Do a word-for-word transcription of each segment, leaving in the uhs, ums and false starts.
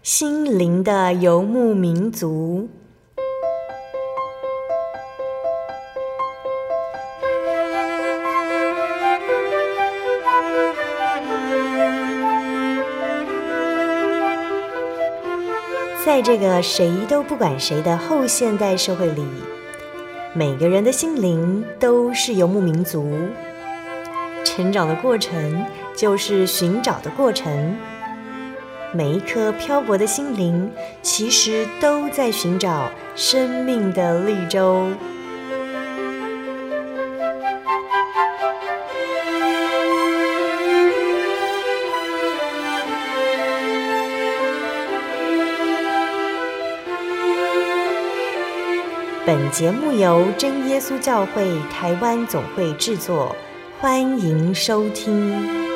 心灵的游牧民族。在这个谁都不管谁的后现代社会里，每个人的心灵都是游牧民族。成长的过程就是寻找的过程，每一颗漂泊的心灵其实都在寻找生命的绿洲。本节目由真耶稣教会台湾总会制作，欢迎收听。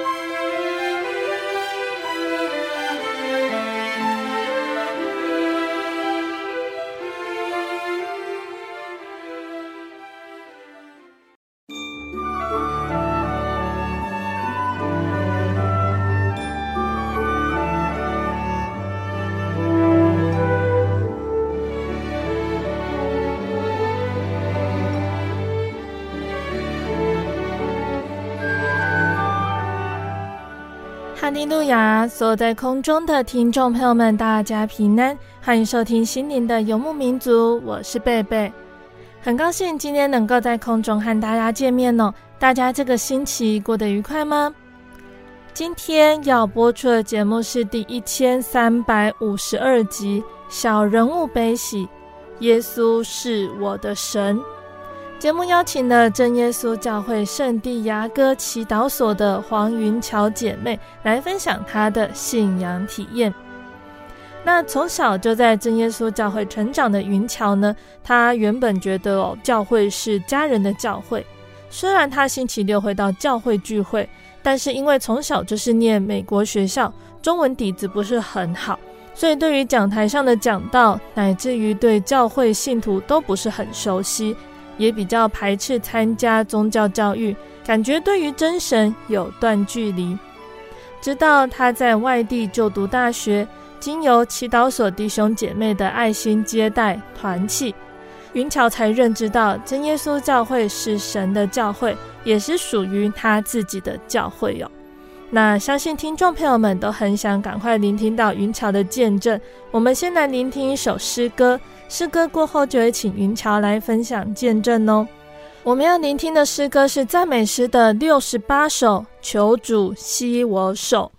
哈利路亚！所有在空中的听众朋友们，大家平安，欢迎收听心灵的游牧民族，我是贝贝。很高兴今天能够在空中和大家见面哦。大家这个星期过得愉快吗？今天要播出的节目是第一千三百五十二集《小人物悲喜》，耶稣是我的神。节目邀请了真耶稣教会圣地牙哥祈祷所的黄云桥姐妹来分享她的信仰体验。那从小就在真耶稣教会成长的云桥呢，她原本觉得哦，教会是家人的教会。虽然她星期六会到教会聚会，但是因为从小就是念美国学校，中文底子不是很好，所以对于讲台上的讲道，乃至于对教会信徒都不是很熟悉，也比较排斥参加宗教教育，感觉对于真神有段距离。直到他在外地就读大学，经由祈祷所弟兄姐妹的爱心接待团契，云桥才认知到真耶稣教会是神的教会，也是属于他自己的教会哦。那相信听众朋友们都很想赶快聆听到云桥的见证，我们先来聆听一首诗歌，诗歌过后就会请云桥来分享见证哦。我们要聆听的诗歌是赞美诗的六十八首，求主吸我手。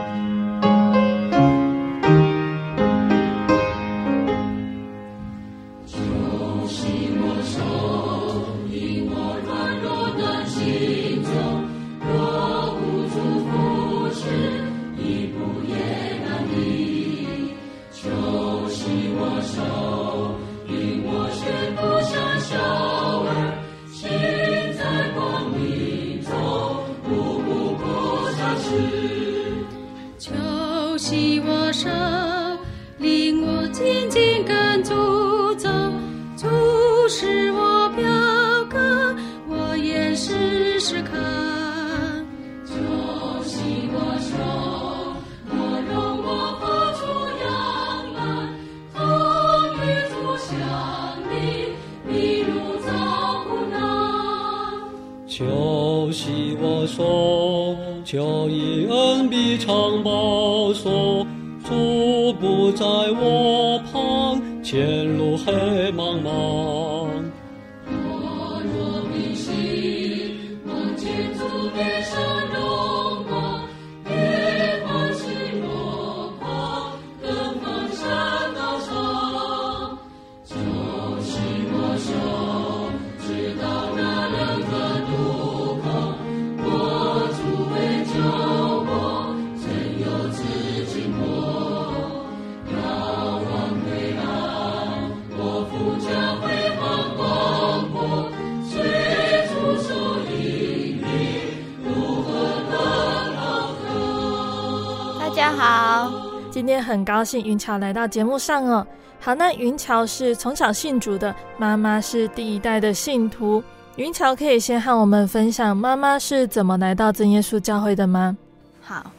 求以恩必常保守，主不在我旁，前路黑茫茫。 我若迷失，望见主面上荣光，别欢喜若狂，更放山高上。求吸我手，直到那两颗渡口。我主为救我，真有此经过。遥望对岸，我父家辉煌光波，随主手引领，如何更好喝。 大家好，今天很高兴云桥来到节目上哦。好，那云桥是从小信主的，妈妈是第一代的信徒。云桥可以先和我们分享妈妈是怎么来到真耶稣教会的吗？ 好，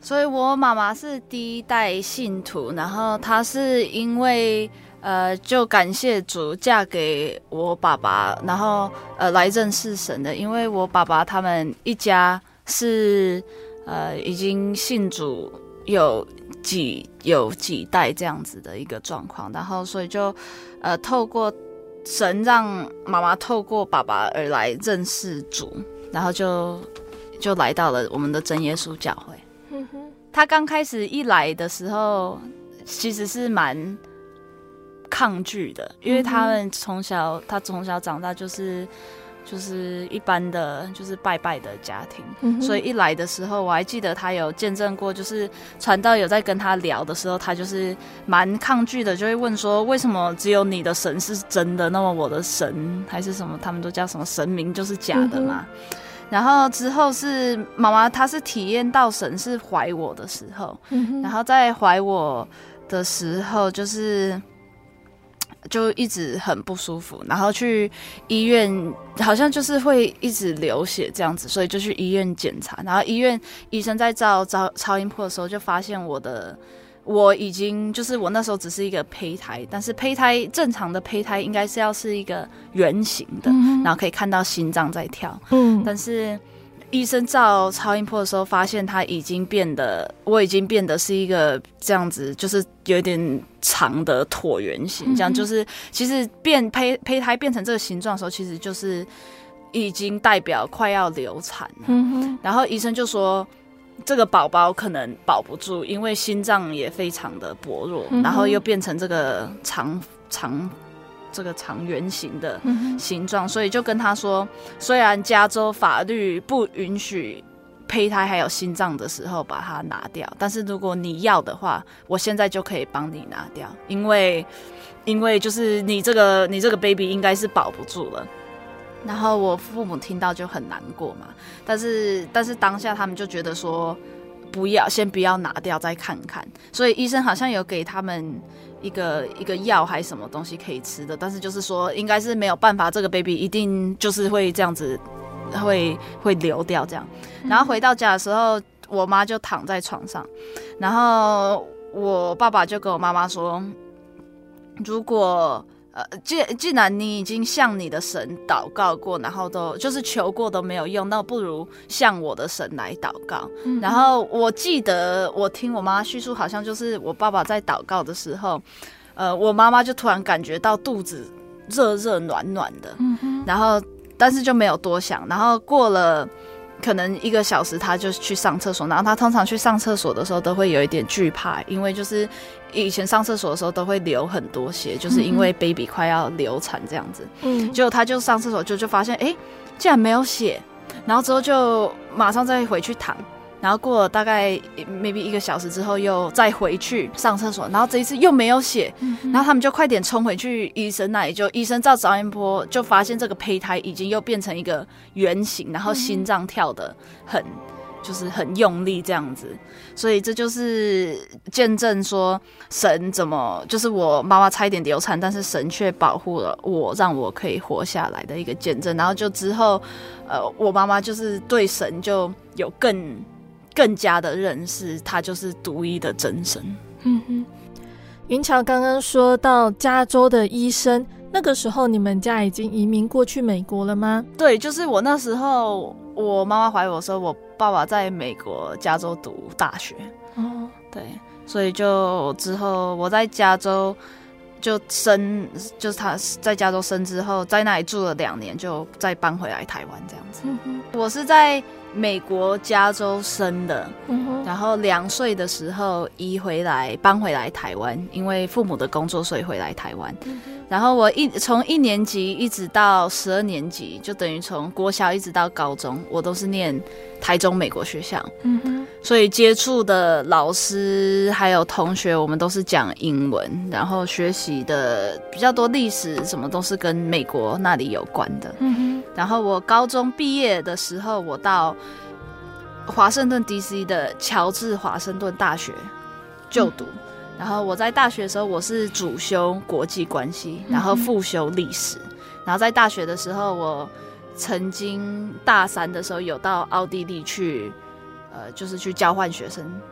所以我妈妈是第一代信徒，然后她是因为呃，就感谢主嫁给我爸爸，然后呃来认识神的。因为我爸爸他们一家是呃已经信主有几有几代这样子的一个状况，然后所以就呃透过神让妈妈透过爸爸而来认识主，然后就就来到了我们的真耶稣教会。嗯哼，他刚开始一来的时候，其实是蛮抗拒的，因为他们从小他从小长大就是就是一般的就是拜拜的家庭，嗯、所以一来的时候，我还记得他有见证过，就是传道有在跟他聊的时候，他就是蛮抗拒的，就会问说为什么只有你的神是真的，那么我的神还是什么，他们都叫什么神明就是假的嘛。嗯，然后之后是妈妈，她是体验到神是怀我的时候，嗯、然后在怀我的时候，就是就一直很不舒服，然后去医院，好像就是会一直流血这样子，所以就去医院检查。然后医院医生在照照超音波的时候，就发现我的。我已经就是我那时候只是一个胚胎，但是胚胎正常的胚胎应该是要是一个圆形的，嗯、然后可以看到心脏在跳。嗯，但是医生照超音波的时候发现它已经变得，我已经变得是一个这样子，就是有点长的椭圆形，这样就是其实变胚胚胎变成这个形状的时候，其实就是已经代表快要流产了。嗯，然后医生就说。这个宝宝可能保不住，因为心脏也非常的薄弱，嗯、然后又变成这个长长这个长圆形的形状，嗯、所以就跟他说，虽然加州法律不允许胚胎还有心脏的时候把它拿掉，但是如果你要的话，我现在就可以帮你拿掉，因为因为就是你这个你这个 baby 应该是保不住了。然后我父母听到就很难过嘛，但是但是当下他们就觉得说不要，先不要拿掉，再看看。所以医生好像有给他们一个一个药还是什么东西可以吃的，但是就是说应该是没有办法，这个 baby 一定就是会这样子会会流掉这样。然后回到家的时候，我妈就躺在床上，然后我爸爸就跟我妈妈说，如果呃，既既然你已经向你的神祷告过，然后都就是求过都没有用，那不如向我的神来祷告。嗯、然后我记得我听我妈叙述，好像就是我爸爸在祷告的时候，呃，我妈妈就突然感觉到肚子热热暖暖的，嗯、然后但是就没有多想，然后过了。可能一个小时他就去上厕所，然后他通常去上厕所的时候都会有一点惧怕，因为就是以前上厕所的时候都会流很多血，就是因为 baby 快要流产这样子。嗯，结果他就上厕所就就发现，哎，竟然没有血，然后之后就马上再回去躺，然后过了大概 maybe 一个小时之后又再回去上厕所，然后这一次又没有血，嗯、然后他们就快点冲回去医生那里，就医生照超音波就发现这个胚胎已经又变成一个圆形，然后心脏跳得很就是很用力这样子，所以这就是见证说神怎么就是我妈妈差一点流产，但是神却保护了我，让我可以活下来的一个见证。然后就之后呃，我妈妈就是对神就有更更加的认识，他就是独一的真神。嗯哼， 云乔刚刚说到加州的医生，那个时候你们家已经移民过去美国了吗？ 对，就是我那时候我妈妈怀我的时候，我爸爸在美国加州读大学。哦，对，所以就之后我在加州就生，就是他在加州生之后，在那里住了两年，就再搬回来台湾这样子。嗯、我是在美国加州生的，嗯、然后两岁的时候移回来，搬回来台湾，因为父母的工作，所以回来台湾。嗯、然后我一从一年级一直到十二年级，就等于从国小一直到高中，我都是念台中美国学校。嗯、所以接触的老师还有同学，我们都是讲英文，然后学习的比较多历史，什么都是跟美国那里有关的。嗯、然后我高中毕业的时候，我到华盛顿 D C 的乔治华盛顿大学就读。嗯、然后我在大学的时候，我是主修国际关系，然后副修历史。嗯、然后在大学的时候，我曾经大三的时候有到奥地利去，呃，就是去交换学生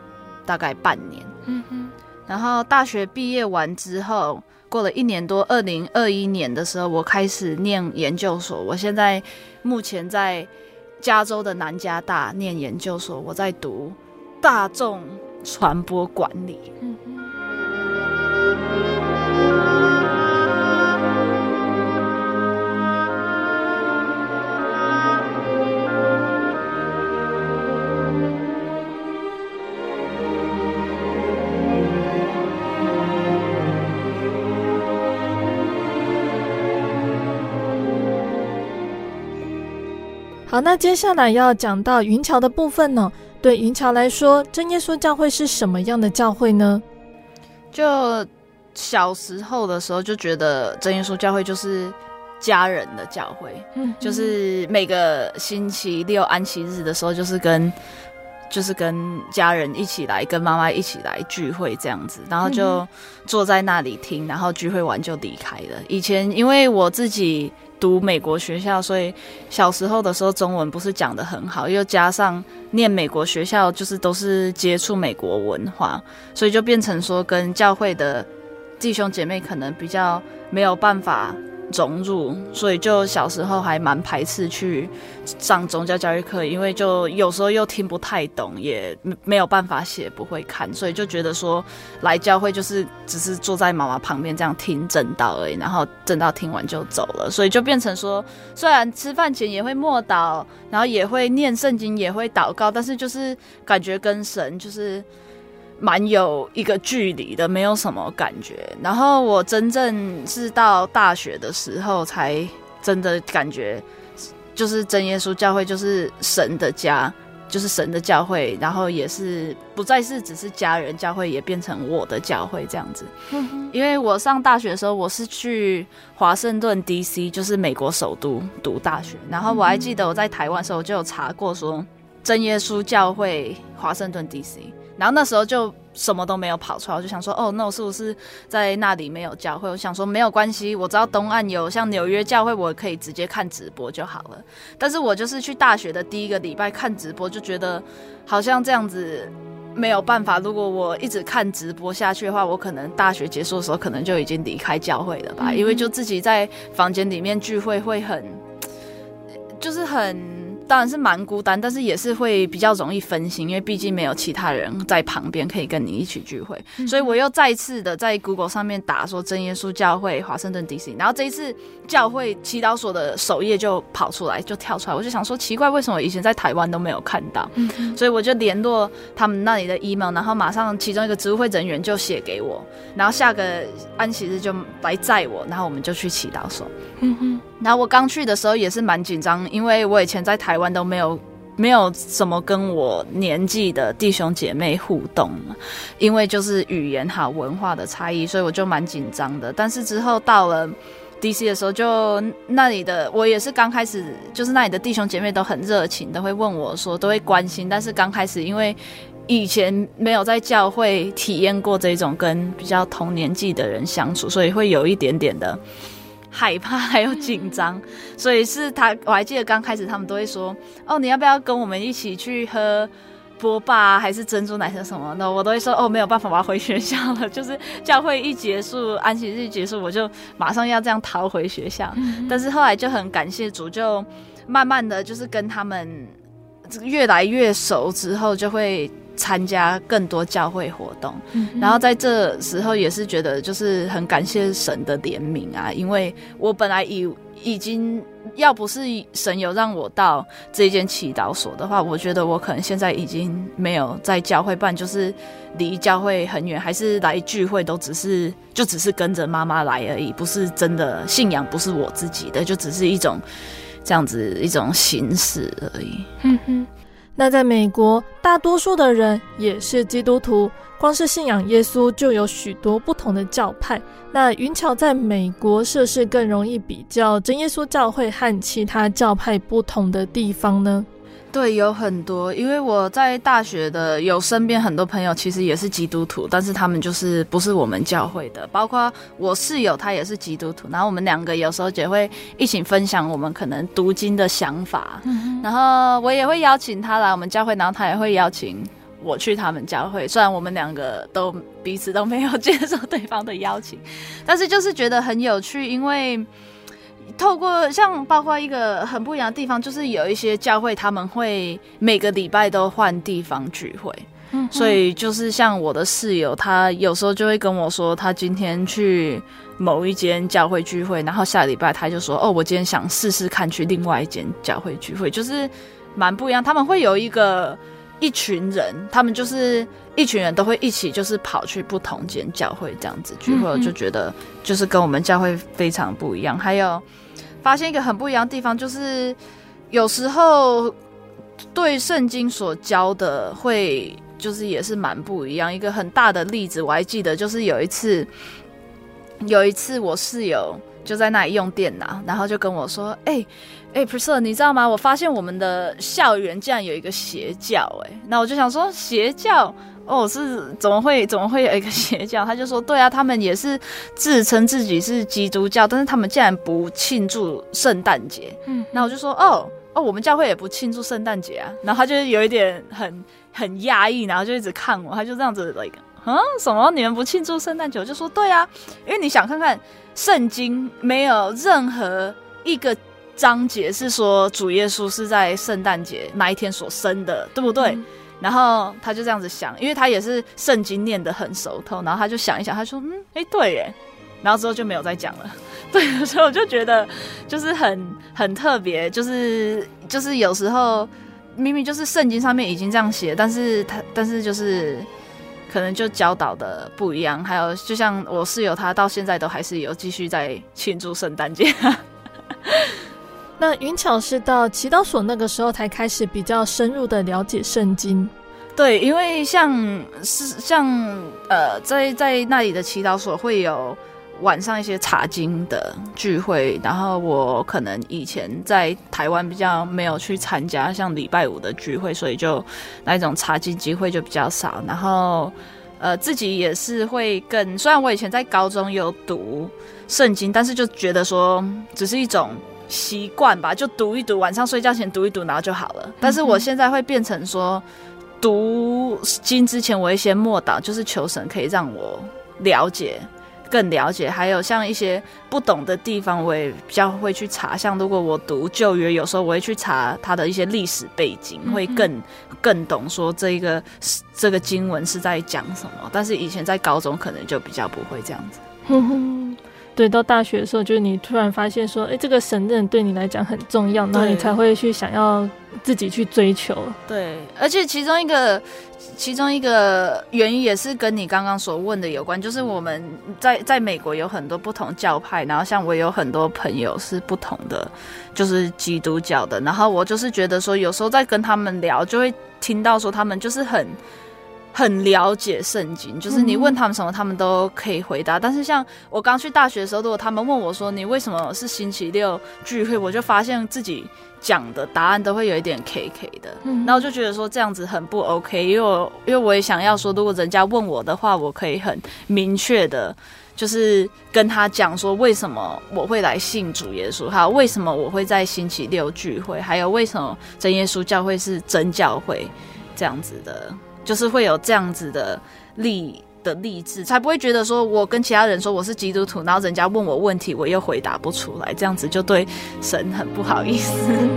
大概半年。 嗯哼。 然后大学毕业完之后，过了一年多，二零二一年的时候，我开始念研究所。我现在目前在加州的南加大念研究所，我在读大众传播管理。 嗯哼。好，那接下来要讲到云桥的部分呢、哦。对云桥来说，真耶稣教会是什么样的教会呢？ 就小时候的时候就觉得真耶稣教会就是家人的教会，嗯，就是每个星期六安息日的时候，就是跟就是跟家人一起来，跟妈妈一起来聚会这样子，然后就坐在那里听，然后聚会完就离开了。以前因为我自己读美国学校，所以小时候的时候中文不是讲得很好，又加上念美国学校就是都是接触美国文化，所以就变成说跟教会的弟兄姐妹可能比较没有办法融入，所以就小时候还蛮排斥去上宗教教育课，因为就有时候又听不太懂，也没有办法写，不会看，所以就觉得说来教会就是只是坐在妈妈旁边这样听正道而已，然后正道听完就走了，所以就变成说虽然吃饭前也会默祷，然后也会念圣经，也会祷告，但是就是感觉跟神就是蛮有一个距离的，没有什么感觉。然后我真正是到大学的时候才真的感觉就是真耶稣教会就是神的家，就是神的教会，然后也是不再是只是家人教会，也变成我的教会这样子。因为我上大学的时候我是去华盛顿 D C 就是美国首都读大学，然后我还记得我在台湾的时候我就有查过说真耶稣教会华盛顿 D C，然后那时候就什么都没有跑出来，我就想说哦，那我是不是在那里没有教会？我想说没有关系，我知道东岸有像纽约教会，我可以直接看直播就好了。但是我就是去大学的第一个礼拜看直播，就觉得好像这样子没有办法，如果我一直看直播下去的话，我可能大学结束的时候可能就已经离开教会了吧、嗯、因为就自己在房间里面聚会会很就是很当然是蛮孤单，但是也是会比较容易分心，因为毕竟没有其他人在旁边可以跟你一起聚会、嗯、所以我又再次的在 Google 上面打说真耶稣教会华盛顿 D C， 然后这一次教会祈祷所的首页就跑出来就跳出来，我就想说奇怪为什么我以前在台湾都没有看到、嗯、所以我就联络他们那里的 email， 然后马上其中一个职务会人员就写给我，然后下个安息日就来载我，然后我们就去祈祷所、嗯哼，然后我刚去的时候也是蛮紧张，因为我以前在台湾都没有没有什么跟我年纪的弟兄姐妹互动，因为就是语言还有文化的差异，所以我就蛮紧张的。但是之后到了 D C 的时候，就那里的我也是刚开始，就是那里的弟兄姐妹都很热情，都会问我说，都会关心。但是刚开始因为以前没有在教会体验过这种跟比较同年纪的人相处，所以会有一点点的害怕还有紧张，所以是他我还记得刚开始他们都会说哦你要不要跟我们一起去喝波霸、啊、还是珍珠奶茶什么的，我都会说哦没有办法我要回学校了，就是教会一结束安息日一结束我就马上要这样逃回学校、嗯、但是后来就很感谢主，就慢慢的就是跟他们越来越熟之后就会参加更多教会活动、嗯、然后在这时候也是觉得就是很感谢神的怜悯啊，因为我本来以已经要不是神有让我到这间祈祷所的话，我觉得我可能现在已经没有在教会，不然就是离教会很远，还是来聚会都只是就只是跟着妈妈来而已，不是真的信仰，不是我自己的，就只是一种这样子一种形式而已。 嗯哼，那在美国大多数的人也是基督徒，光是信仰耶稣就有许多不同的教派，那云桥在美国是不是更容易比较真耶稣教会和其他教派不同的地方呢？ 对，有很多，因为我在大学的有身边很多朋友其实也是基督徒，但是他们就是不是我们教会的，包括我室友他也是基督徒，然后我们两个有时候也会一起分享我们可能读经的想法、嗯、然后我也会邀请他来我们教会，然后他也会邀请我去他们教会，虽然我们两个都彼此都没有接受对方的邀请，但是就是觉得很有趣，因为透过像包括一个很不一样的地方，就是有一些教会他们会每个礼拜都换地方聚会。嗯，所以就是像我的室友，他有时候就会跟我说，他今天去某一间教会聚会，然后下礼拜他就说，哦，我今天想试试看去另外一间教会聚会，就是蛮不一样。他们会有一个一群人，他们就是一群人都会一起，就是跑去不同间教会这样子聚会，我就觉得就是跟我们教会非常不一样。还有发现一个很不一样的地方，就是有时候对圣经所教的会。就是也是蛮不一样，一个很大的例子，我还记得，就是有一次，有一次我室友就在那里用电脑，然后就跟我说：“哎、欸、哎、欸、，Priscilla， 你知道吗？我发现我们的校园竟然有一个邪教、欸，哎，那我就想说邪教。”哦，是怎么会怎么会有一个邪教？他就说，对啊，他们也是自称自己是基督教，但是他们竟然不庆祝圣诞节。嗯，然后我就说，哦哦，我们教会也不庆祝圣诞节啊。然后他就有一点很很压抑，然后就一直看我，他就这样子 like， 嗯，什么你们不庆祝圣诞节？我就说，对啊，因为你想看看圣经没有任何一个章节是说主耶稣是在圣诞节那一天所生的，对不对？嗯，然后他就这样子想，因为他也是圣经念得很熟透，然后他就想一想，他说嗯，哎，对耶，然后之后就没有再讲了。对，所以我就觉得就是很很特别，就是就是有时候明明就是圣经上面已经这样写，但是他但是就是可能就教导的不一样。还有就像我室友，他到现在都还是有继续在庆祝圣诞节。 那云巧是到祈祷所那个时候才开始比较深入的了解圣经。 对，因为像是像呃，在在那里的祈祷所会有晚上一些查经的聚会，然后我可能以前在台湾比较没有去参加像礼拜五的聚会，所以就那一种查经机会就比较少。然后呃，自己也是会更，虽然我以前在高中有读圣经，但是就觉得说只是一种习惯吧，就读一读，晚上睡觉前读一读，然后就好了。但是我现在会变成说，读经之前我会先默祷，就是求神可以让我了解。更了解，还有像一些不懂的地方，我也比较会去查。像如果我读旧约，有时候我会去查它的一些历史背景，会更更懂说这一个这个经文是在讲什么。但是以前在高中可能就比较不会这样子。 对，到大学的时候，就是你突然发现说，哎，这个神真的对你来讲很重要，然后你才会去想要自己去追求。 对，而且其中一个其中一个原因也是跟你刚刚所问的有关，就是我们在在美国有很多不同教派，然后像我有很多朋友是不同的，就是基督教的，然后我就是觉得说，有时候在跟他们聊，就会听到说他们就是很。很了解圣经，就是你问他们什么他们都可以回答。但是像我刚去大学的时候，如果他们问我说你为什么是星期六聚会，我就发现自己讲的答案都会有一点 K K 的，然后我就觉得说这样子很不 OK， 因为我因为我也想要说，如果人家问我的话，我可以很明确的就是跟他讲说为什么我会来信主耶稣，还有为什么我会在星期六聚会，还有为什么真耶稣教会是真教会这样子的，就是会有这样子的励的励志，才不会觉得说我跟其他人说我是基督徒，然后人家问我问题我又回答不出来，这样子就对神很不好意思。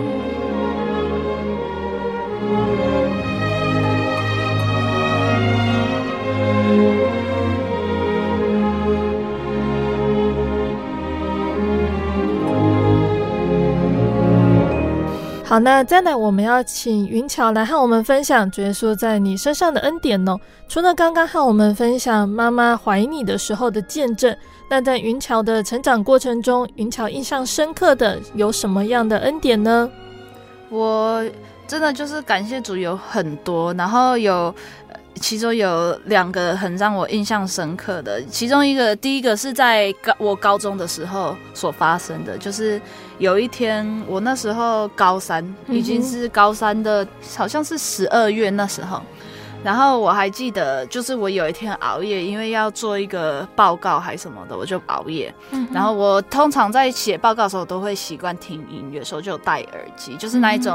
好，那再来我们要请云巧来和我们分享主耶稣在你身上的恩典哦。除了刚刚和我们分享妈妈怀你的时候的见证，那在云巧的成长过程中，云巧印象深刻的有什么样的恩典呢？ 我真的就是感谢主有很多，然后有其中有两个很让我印象深刻的，其中一个第一个是在高我高中的时候所发生的，就是有一天我那时候高三，已经是高三的，好像是十二月那时候，然后我还记得就是我有一天熬夜，因为要做一个报告还什么的，我就熬夜、嗯、然后我通常在写报告的时候都会习惯听音乐，所以就有戴耳机，就是那一种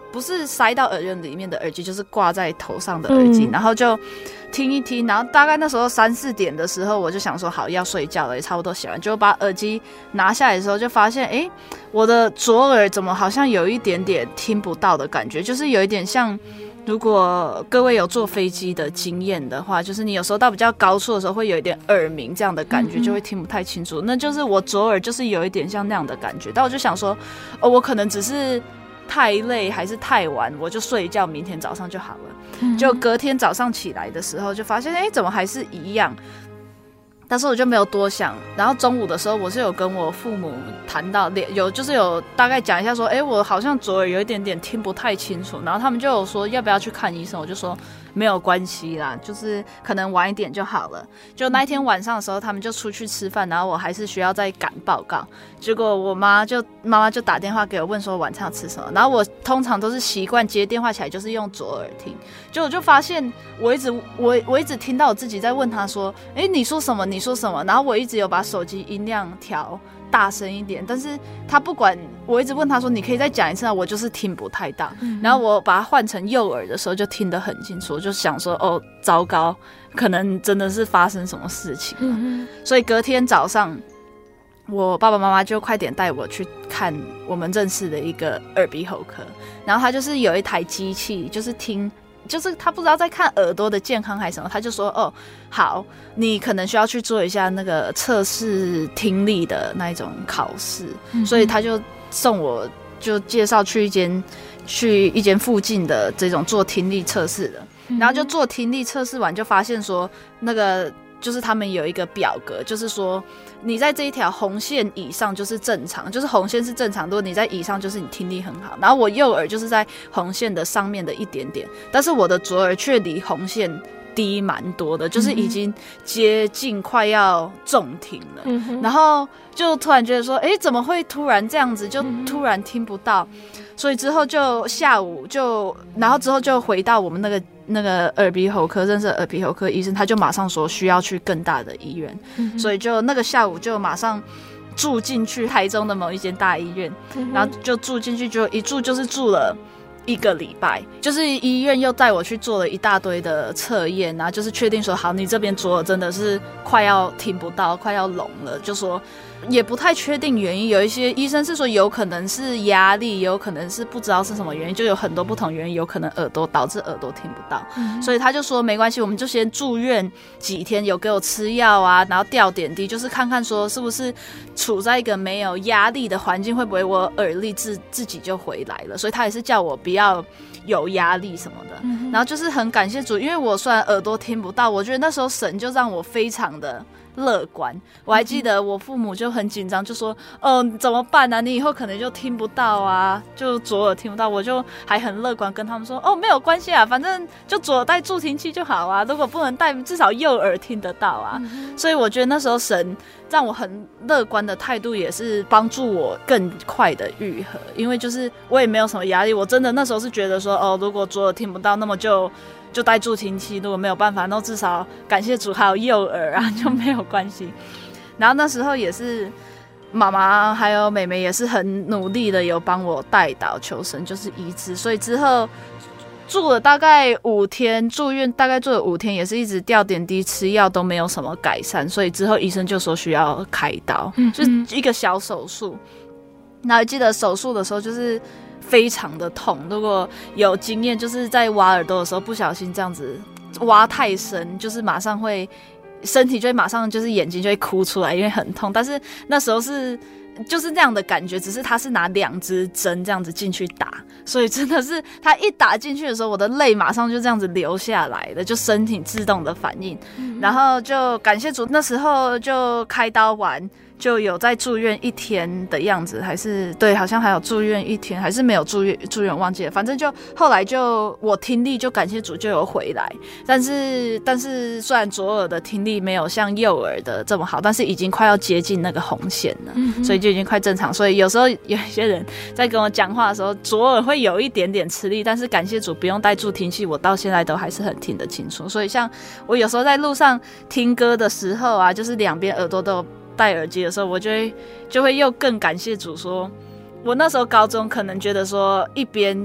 不是塞到耳朵里面的耳机，就是挂在头上的耳机，嗯、然后就听一听，然后大概那时候三四点的时候，我就想说好要睡觉了，也差不多写完，就把耳机拿下来的时候，就发现哎，我的左耳怎么好像有一点点听不到的感觉，就是有一点像。如果各位有坐飞机的经验的话，就是你有时候到比较高处的时候会有一点耳鸣这样的感觉，就会听不太清楚。那就是我左耳就是有一点像那样的感觉，但我就想说，哦，我可能只是太累还是太晚，我就睡一觉，明天早上就好了。就隔天早上起来的时候，就发现，哎，怎么还是一样？但是我就没有多想，然后中午的时候我是有跟我父母谈到，有就是有大概讲一下说，哎，我好像左耳有一点点听不太清楚，然后他们就有说要不要去看医生，我就说没有关系啦，就是可能晚一点就好了。就那一天晚上的时候，他们就出去吃饭，然后我还是需要再赶报告，结果我妈就妈妈就打电话给我问说晚上要吃什么，然后我通常都是习惯接电话起来就是用左耳听，结果我就发现我一直我我一直听到我自己在问他说，哎，你说什么？你说什么？然后我一直有把手机音量调大声一点，但是他不管，我一直问他说你可以再讲一次啊，我就是听不太到、嗯、然后我把它换成右耳的时候就听得很清楚，我就想说哦糟糕，可能真的是发生什么事情了、嗯、所以隔天早上我爸爸妈妈就快点带我去看我们认识的一个耳鼻喉科，然后他就是有一台机器，就是听就是他不知道在看耳朵的健康还是什么，他就说哦好，你可能需要去做一下那个测试听力的那一种考试、嗯、所以他就送我就介绍去一间去一间附近的这种做听力测试的、嗯、然后就做听力测试完就发现说那个就是他们有一个表格，就是说你在这一条红线以上就是正常，就是红线是正常，如果你在以上就是你听力很好。然后我右耳就是在红线的上面的一点点，但是我的左耳却离红线低蛮多的，就是已经接近快要中听了、嗯、然后就突然觉得说哎，怎么会突然这样子，就突然听不到、嗯、所以之后就下午就然后之后就回到我们那个那个耳鼻喉科认识的耳鼻喉科医生，他就马上说需要去更大的医院、嗯、所以就那个下午就马上住进去台中的某一间大医院、嗯、然后就住进去，就一住就是住了一个礼拜，就是医院又带我去做了一大堆的测验，然后就是确定说好你这边左耳真的是快要听不到快要聋了，就说也不太确定原因，有一些医生是说有可能是压力，有可能是不知道是什么原因，就有很多不同原因，有可能耳朵导致耳朵听不到、嗯、所以他就说没关系，我们就先住院几天，有给我吃药啊，然后吊点滴，就是看看说是不是处在一个没有压力的环境，会不会我耳力自自己就回来了，所以他也是叫我不要有压力什么的、嗯、然后就是很感谢主，因为我虽然耳朵听不到，我觉得那时候神就让我非常的乐观。我还记得我父母就很紧张，就说哦怎么办啊，你以后可能就听不到啊，就左耳听不到，我就还很乐观跟他们说哦没有关系啊，反正就左耳戴助听器就好啊，如果不能戴至少右耳听得到啊、嗯、所以我觉得那时候神让我很乐观的态度也是帮助我更快的愈合，因为就是我也没有什么压力，我真的那时候是觉得说哦如果左耳听不到那么就就戴助听器，如果没有办法那至少感谢主还有右耳啊，就没有关系。然后那时候也是妈妈还有妹妹也是很努力的有帮我代祷求神就是医治，所以之后住了大概五天，住院大概住了五天，也是一直吊点滴吃药都没有什么改善，所以之后医生就说需要开刀、嗯、就是一个小手术。然后记得手术的时候就是非常的痛，如果有经验就是在挖耳朵的时候不小心这样子挖太深，就是马上会身体就会马上就是眼睛就会哭出来，因为很痛。但是那时候是就是那样的感觉，只是他是拿两支针这样子进去打，所以真的是他一打进去的时候我的泪马上就这样子流下来了，就身体自动的反应、嗯、然后就感谢主，那时候就开刀完就有在住院一天的样子，还是对好像还有住院一天，还是没有住院住院忘记了，反正就后来就我听力就感谢主就有回来，但是但是虽然左耳的听力没有像右耳的这么好，但是已经快要接近那个红线了、嗯、所以就已经快正常，所以有时候有一些人在跟我讲话的时候左耳会有一点点吃力，但是感谢主不用带助听器，我到现在都还是很听得清楚。所以像我有时候在路上听歌的时候啊，就是两边耳朵都有戴耳机的时候，我就会就会又更感谢主说，我那时候高中可能觉得说一边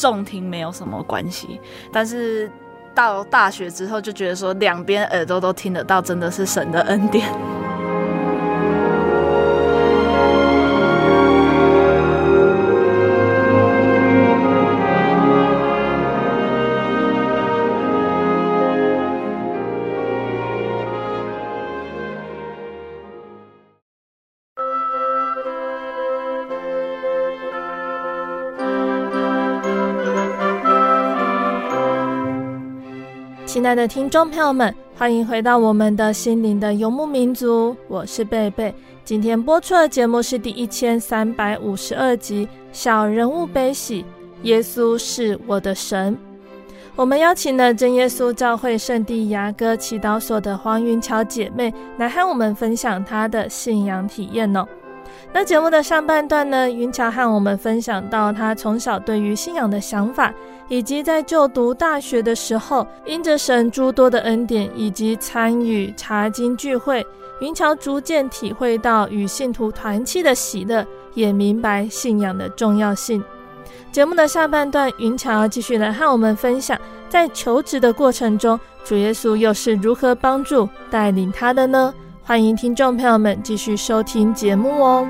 重听没有什么关系，但是到大学之后就觉得说两边耳朵都听得到，真的是神的恩典。 亲爱的听众朋友们，欢迎回到我们的心灵的游牧民族，我是贝贝。今天播出的节目是第一千三百五十二集《小人物悲喜》，耶稣是我的神。我们邀请了真耶稣教会圣地亚哥祈祷所的黄云桥姐妹来和我们分享她的信仰体验哦。那节目的上半段呢，云桥和我们分享到她从小对于信仰的想法，以及在就读大学的时候，因着神诸多的恩典以及参与查经聚会，云桥逐渐体会到与信徒团契的喜乐，也明白信仰的重要性。节目的下半段，云桥继续来和我们分享，在求职的过程中，主耶稣又是如何帮助带领他的呢？欢迎听众朋友们继续收听节目哦。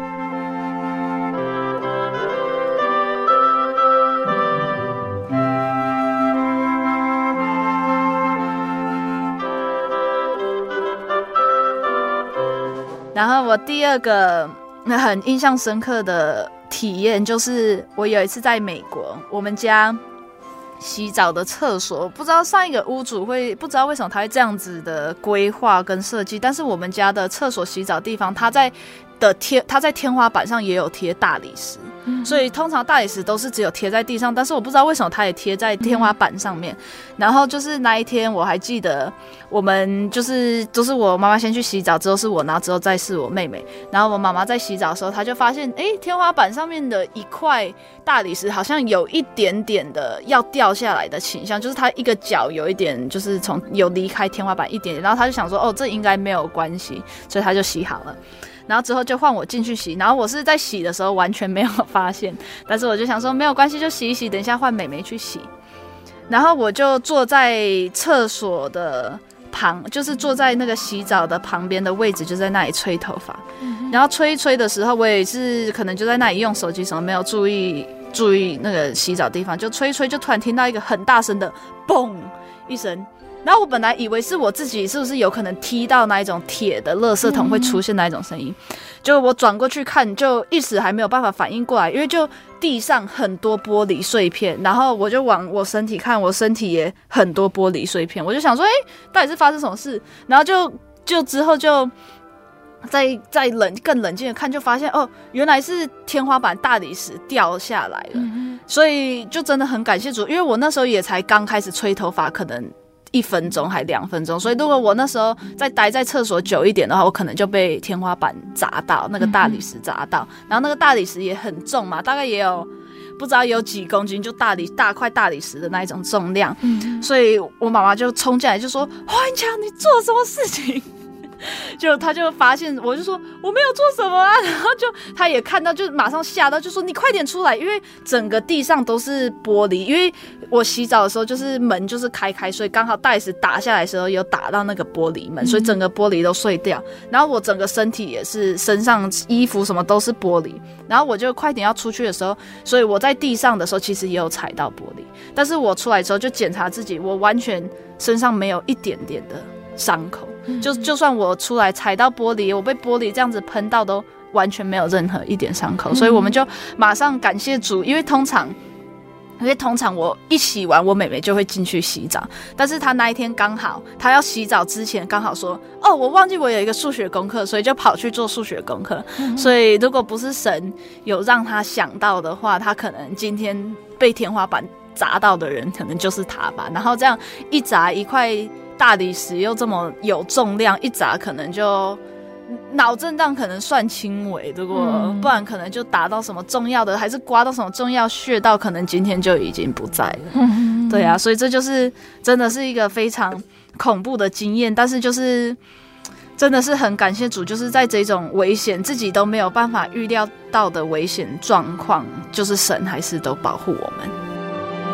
然后我第二个很印象深刻的体验就是我有一次在美国，我们家洗澡的厕所，不知道上一个屋主会不知道为什么他会这样子的规划跟设计，但是我们家的厕所洗澡地方，它在的贴，它在天花板上也有贴大理石，嗯、所以通常大理石都是只有贴在地上，但是我不知道为什么它也贴在天花板上面。嗯、然后就是那一天我还记得，我们就是都、就是我妈妈先去洗澡，之后是我，然后之后再是我妹妹。然后我妈妈在洗澡的时候，她就发现，哎，天花板上面的一块大理石好像有一点点的要掉下来的倾向，就是它一个角有一点就是从有离开天花板一点点，然后她就想说，哦，这应该没有关系，所以她就洗好了。然后之后就换我进去洗，然后我是在洗的时候完全没有发现，但是我就想说没有关系，就洗一洗，等一下换妹妹去洗。然后我就坐在厕所的旁，就是坐在那个洗澡的旁边的位置，就在那里吹头发。然后吹一吹的时候，我也是可能就在那里用手机什么，没有注意注意那个洗澡地方，就吹一吹，就突然听到一个很大声的嘣一声。然后我本来以为是我自己是不是有可能踢到那一种铁的垃圾桶会出现那一种声音，就我转过去看，就一时还没有办法反应过来，因为就地上很多玻璃碎片，然后我就往我身体看，我身体也很多玻璃碎片，我就想说，哎，到底是发生什么事？然后就就之后就再再冷更冷静的看，就发现哦，原来是天花板大理石掉下来了，嗯、所以就真的很感谢主，因为我那时候也才刚开始吹头发，可能一分钟还两分钟，所以如果我那时候再待在厕所久一点的话，我可能就被天花板砸到，那个大理石砸到，然后那个大理石也很重嘛，大概也有不知道有几公斤，就大理大块大理石的那一种重量，嗯、所以我妈妈就冲进来就说：“黄云强，你做什么事情？”就他就发现，我就说我没有做什么啊，然后就他也看到，就马上吓到，就说你快点出来，因为整个地上都是玻璃，因为我洗澡的时候就是门就是开开，所以刚好大理石打下来的时候有打到那个玻璃门，所以整个玻璃都碎掉，然后我整个身体也是，身上衣服什么都是玻璃，然后我就快点要出去的时候，所以我在地上的时候其实也有踩到玻璃，但是我出来之后就检查自己，我完全身上没有一点点的伤口，就就算我出来踩到玻璃，我被玻璃这样子喷到都完全没有任何一点伤口，所以我们就马上感谢主，因为通常因为通常我一洗完，我妹妹就会进去洗澡，但是她那一天刚好，她要洗澡之前刚好说，哦，我忘记我有一个数学功课，所以就跑去做数学功课，嗯、所以如果不是神有让她想到的话，她可能今天被天花板砸到的人可能就是她吧，然后这样一砸一块大理石又这么有重量，一砸可能就脑震荡可能算轻微，如果、嗯、不然可能就打到什么重要的，还是刮到什么重要穴道，可能今天就已经不在了。嗯、对啊，所以这就是真的是一个非常恐怖的经验，但是就是真的是很感谢主，就是在这种危险自己都没有办法预料到的危险状况，就是神还是都保护我们。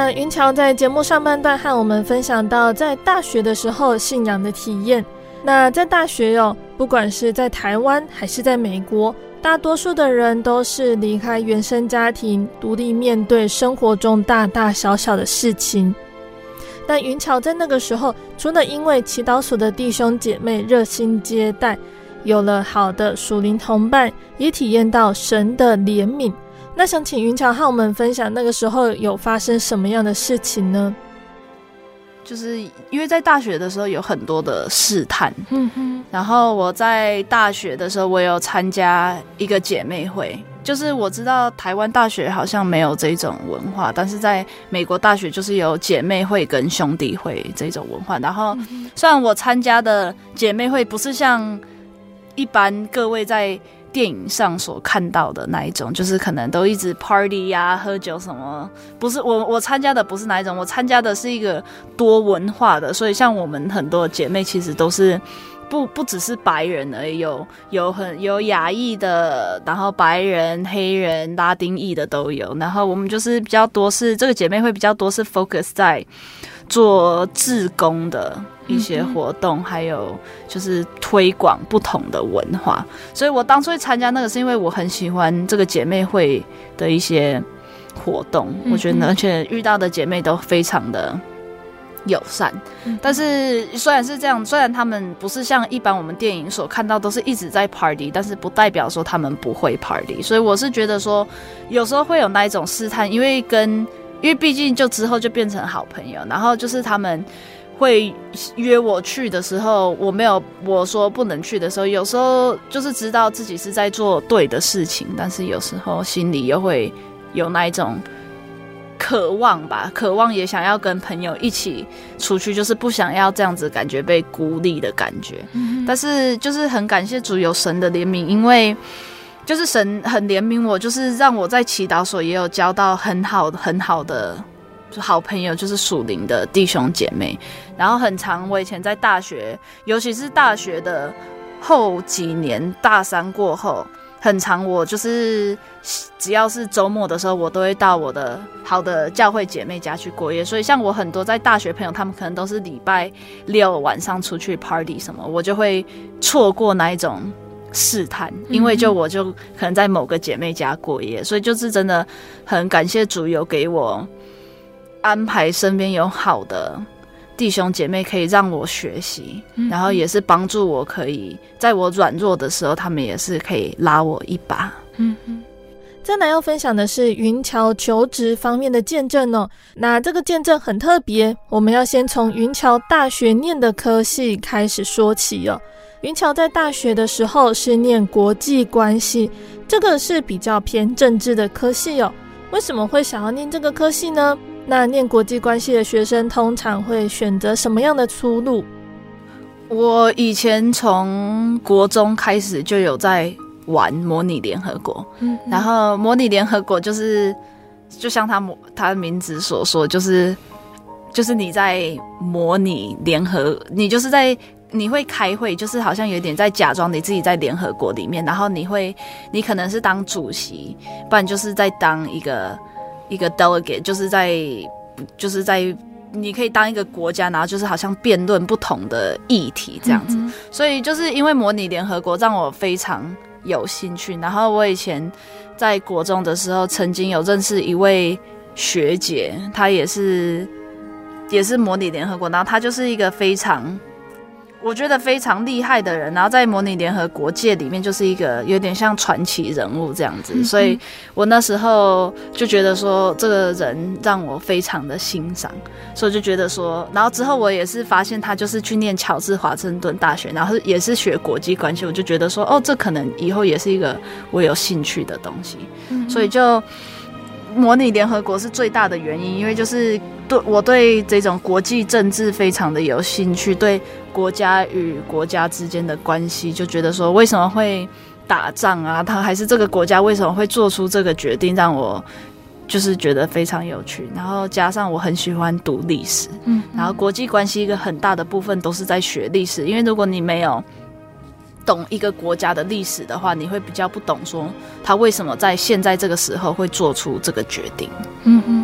那云乔在节目上半段和我们分享到在大学的时候信仰的体验。那在大学哦，不管是在台湾还是在美国，大多数的人都是离开原生家庭，独立面对生活中大大小小的事情。但云乔在那个时候，除了因为祈祷所的弟兄姐妹热心接待，有了好的属灵同伴，也体验到神的怜悯。那想请云乔和我们分享那个时候有发生什么样的事情呢？ 就是因为在大学的时候有很多的试探， 嗯哼， 然后我在大学的时候我有参加一个姐妹会，就是我知道台湾大学好像没有这种文化，但是在美国大学就是有姐妹会跟兄弟会这种文化。然后虽然我参加的姐妹会不是像一般各位在电影上所看到的那一种，就是可能都一直 party 呀、啊、喝酒什么，不是我我参加的不是那一种，我参加的是一个多文化的，所以像我们很多姐妹其实都是不不只是白人而已，有有很有亚裔的，然后白人、黑人、拉丁裔的都有，然后我们就是比较多是这个姐妹会比较多是 focus 在做志工的一些活动，还有就是推广不同的文化。所以我当初会参加那个是因为我很喜欢这个姐妹会的一些活动，我觉得而且遇到的姐妹都非常的友善。但是虽然是这样，虽然他们不是像一般我们电影所看到都是一直在 party， 但是不代表说他们不会 party。 所以我是觉得说有时候会有那一种试探，因为跟因为毕竟就之后就变成好朋友，然后就是他们会约我去的时候，我没有我说不能去的时候，有时候就是知道自己是在做对的事情，但是有时候心里又会有那一种渴望吧，渴望也想要跟朋友一起出去，就是不想要这样子感觉被孤立的感觉。嗯、但是就是很感谢主有神的怜悯，因为就是神很怜悯我，就是让我在祈祷所也有交到很好很好的好朋友，就是属灵的弟兄姐妹。然后很常我以前在大学，尤其是大学的后几年，大三过后很常我就是只要是周末的时候，我都会到我的好的教会姐妹家去过夜。所以像我很多在大学朋友，他们可能都是礼拜六晚上出去 party 什么，我就会错过那一种试探，因为就我就可能在某个姐妹家过夜。所以就是真的很感谢主有给我安排身边有好的弟兄姐妹可以让我学习，然后也是帮助我可以在我软弱的时候，他们也是可以拉我一把。 嗯嗯。再来要分享的是云乔求职方面的见证哦。那这个见证很特别，我们要先从云乔大学念的科系开始说起哦。云乔在大学的时候是念国际关系，这个是比较偏政治的科系哦。为什么会想要念这个科系呢？那念国际关系的学生通常会选择什么样的出路？ 我以前从国中开始就有在玩模拟联合国，嗯，然后模拟联合国就是就像他他的名字所说，就是就是你在模拟联合，你就是在你会开会，就是好像有点在假装你自己在联合国里面，然后你会你可能是当主席，不然就是在当一个一个 delegate， 就是在就是在你可以当一个国家，然后就是好像辩论不同的议题这样子。嗯、所以就是因为模拟联合国让我非常有兴趣，然后我以前在国中的时候曾经有认识一位学姐，她也是也是模拟联合国，然后她就是一个非常我觉得非常厉害的人，然后在模拟联合国界里面就是一个有点像传奇人物这样子，嗯、所以我那时候就觉得说这个人让我非常的欣赏，所以就觉得说，然后之后我也是发现他就是去念乔治华盛顿大学，然后也是学国际关系，我就觉得说哦，这可能以后也是一个我有兴趣的东西，嗯、所以就模拟联合国是最大的原因，因为就是对我对这种国际政治非常的有兴趣，对国家与国家之间的关系，就觉得说为什么会打仗啊，他还是这个国家为什么会做出这个决定，让我就是觉得非常有趣。然后加上我很喜欢读历史，嗯，然后国际关系一个很大的部分都是在学历史，因为如果你没有懂一个国家的历史的话，你会比较不懂说他为什么在现在这个时候会做出这个决定。 嗯嗯，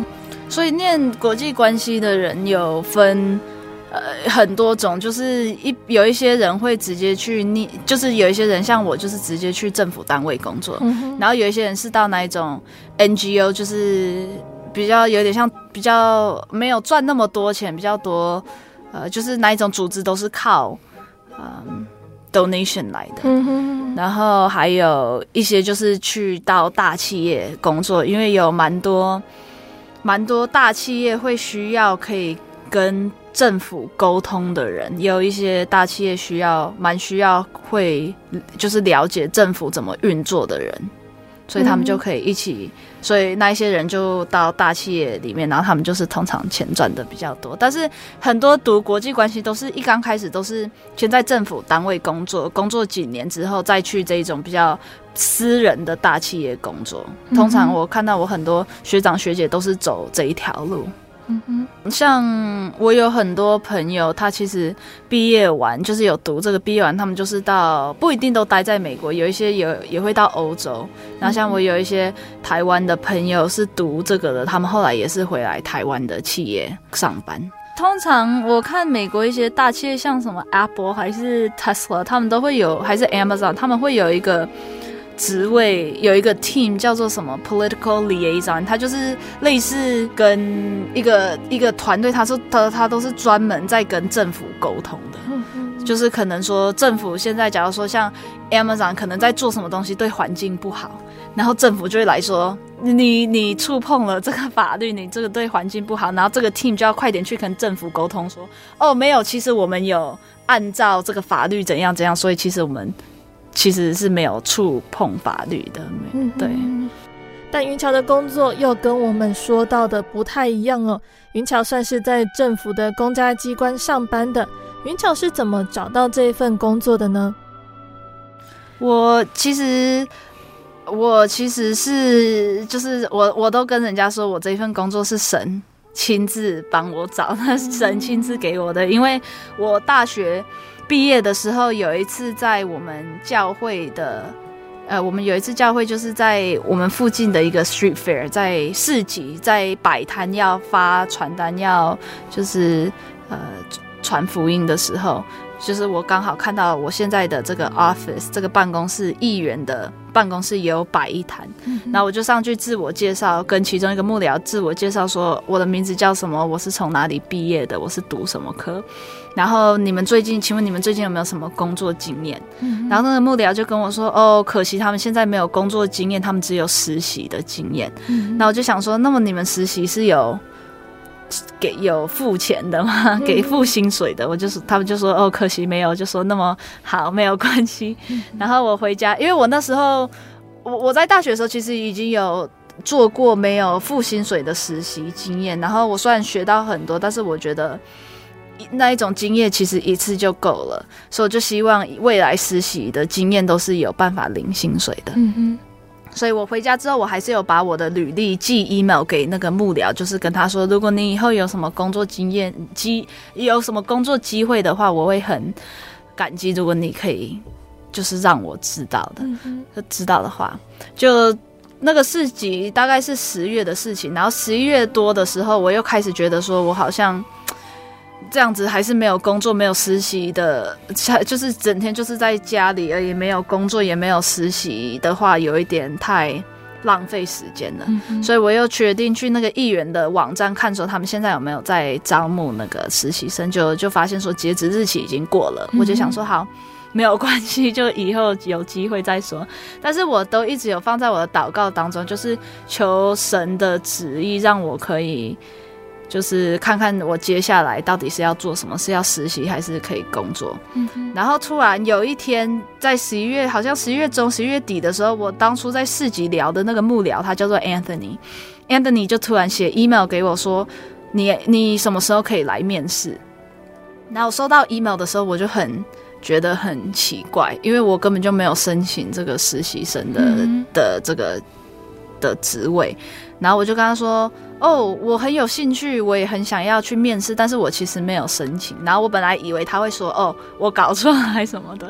所以念国际关系的人有分呃很多种，就是一有一些人会直接去念，就是有一些人像我就是直接去政府单位工作，嗯、然后有一些人是到那一种 N G O， 就是比较有点像比较没有赚那么多钱，比较多呃就是那一种组织都是靠嗯。donation 来的，嗯、然后还有一些就是去到大企业工作，因为有蛮多蛮多大企业会需要可以跟政府沟通的人，也有一些大企业需要蛮需要会就是了解政府怎么运作的人，所以他们就可以一起，嗯、所以那一些人就到大企业里面，然后他们就是通常钱赚的比较多。但是很多读国际关系都是一刚开始都是先在政府单位工作，工作几年之后再去这一种比较私人的大企业工作。通常我看到我很多学长学姐都是走这一条路。嗯哼，像我有很多朋友，他其实毕业完就是有读这个，毕业完他们就是到不一定都待在美国，有一些有也会到欧洲。然后像我有一些台湾的朋友是读这个的，他们后来也是回来台湾的企业上班。通常我看美国一些大企业，像什么 Apple 还是 Tesla， 他们都会有，还是 Amazon， 他们会有一个职位，有一个 team 叫做什么 political liaison， 他就是类似跟一个一个团队，他说他他都是专门在跟政府沟通的，嗯、就是可能说政府现在假如说像 Amazon 可能在做什么东西对环境不好，然后政府就会来说你你触碰了这个法律，你这个对环境不好，然后这个 team 就要快点去跟政府沟通说，哦没有，其实我们有按照这个法律怎样怎样，所以其实我们其实是没有触碰法律的，对。嗯、 但云樵的工作又跟我们说到的不太一样哦。云樵算是在政府的公家机关上班的，云樵是怎么找到这一份工作的呢？ 我其实，我其实是就是我我都跟人家说我这一份工作是神亲自帮我找，那是神亲自给我的，因为我大学毕业的时候，有一次在我们教会的，呃，我们有一次教会就是在我们附近的一个 street fair， 在市集，在摆摊要发传单，要就是呃传福音的时候，就是我刚好看到我现在的这个 office 这个办公室议员的办公室也有摆一摊，嗯、然后我就上去自我介绍，跟其中一个幕僚自我介绍说我的名字叫什么，我是从哪里毕业的，我是读什么科。然后你们最近，请问你们最近有没有什么工作经验？嗯、然后那个幕僚就跟我说，哦，可惜他们现在没有工作经验，他们只有实习的经验。嗯、然后我就想说，那么你们实习是有给有付钱的吗？嗯、给付薪水的？我就说，他们就说，哦，可惜没有，就说那么好，没有关系。嗯、然后我回家，因为我那时候我我在大学的时候其实已经有做过没有付薪水的实习经验，然后我虽然学到很多，但是我觉得那一种经验其实一次就够了，所以我就希望未来实习的经验都是有办法领薪水的。嗯哼，所以我回家之后，我还是有把我的履历寄 email 给那个幕僚，就是跟他说，如果你以后有什么工作经验机有什么工作机会的话，我会很感激，如果你可以就是让我知道的。嗯、就知道的话，就那个市集大概是十月的事情，然后十一月多的时候，我又开始觉得说我好像这样子还是没有工作，没有实习的，就是整天就是在家里而已，没有工作也没有实习的话，有一点太浪费时间了。嗯、所以我又决定去那个议员的网站看说他们现在有没有在招募那个实习生，就就发现说截止日期已经过了。嗯、我就想说好，没有关系，就以后有机会再说。但是我都一直有放在我的祷告当中，就是求神的旨意让我可以就是看看我接下来到底是要做什么，是要实习还是可以工作。嗯、然后突然有一天在十一月，好像十一月中十一月底的时候，我当初在市集聊的那个幕僚他叫做 Anthony Anthony 就突然写 email 给我说你你什么时候可以来面试。然后我收到 email 的时候我就很觉得很奇怪，因为我根本就没有申请这个实习生的、嗯、的这个的职位。然后我就跟他说，哦，我很有兴趣，我也很想要去面试，但是我其实没有申请。然后我本来以为他会说，哦，我搞错了还什么的。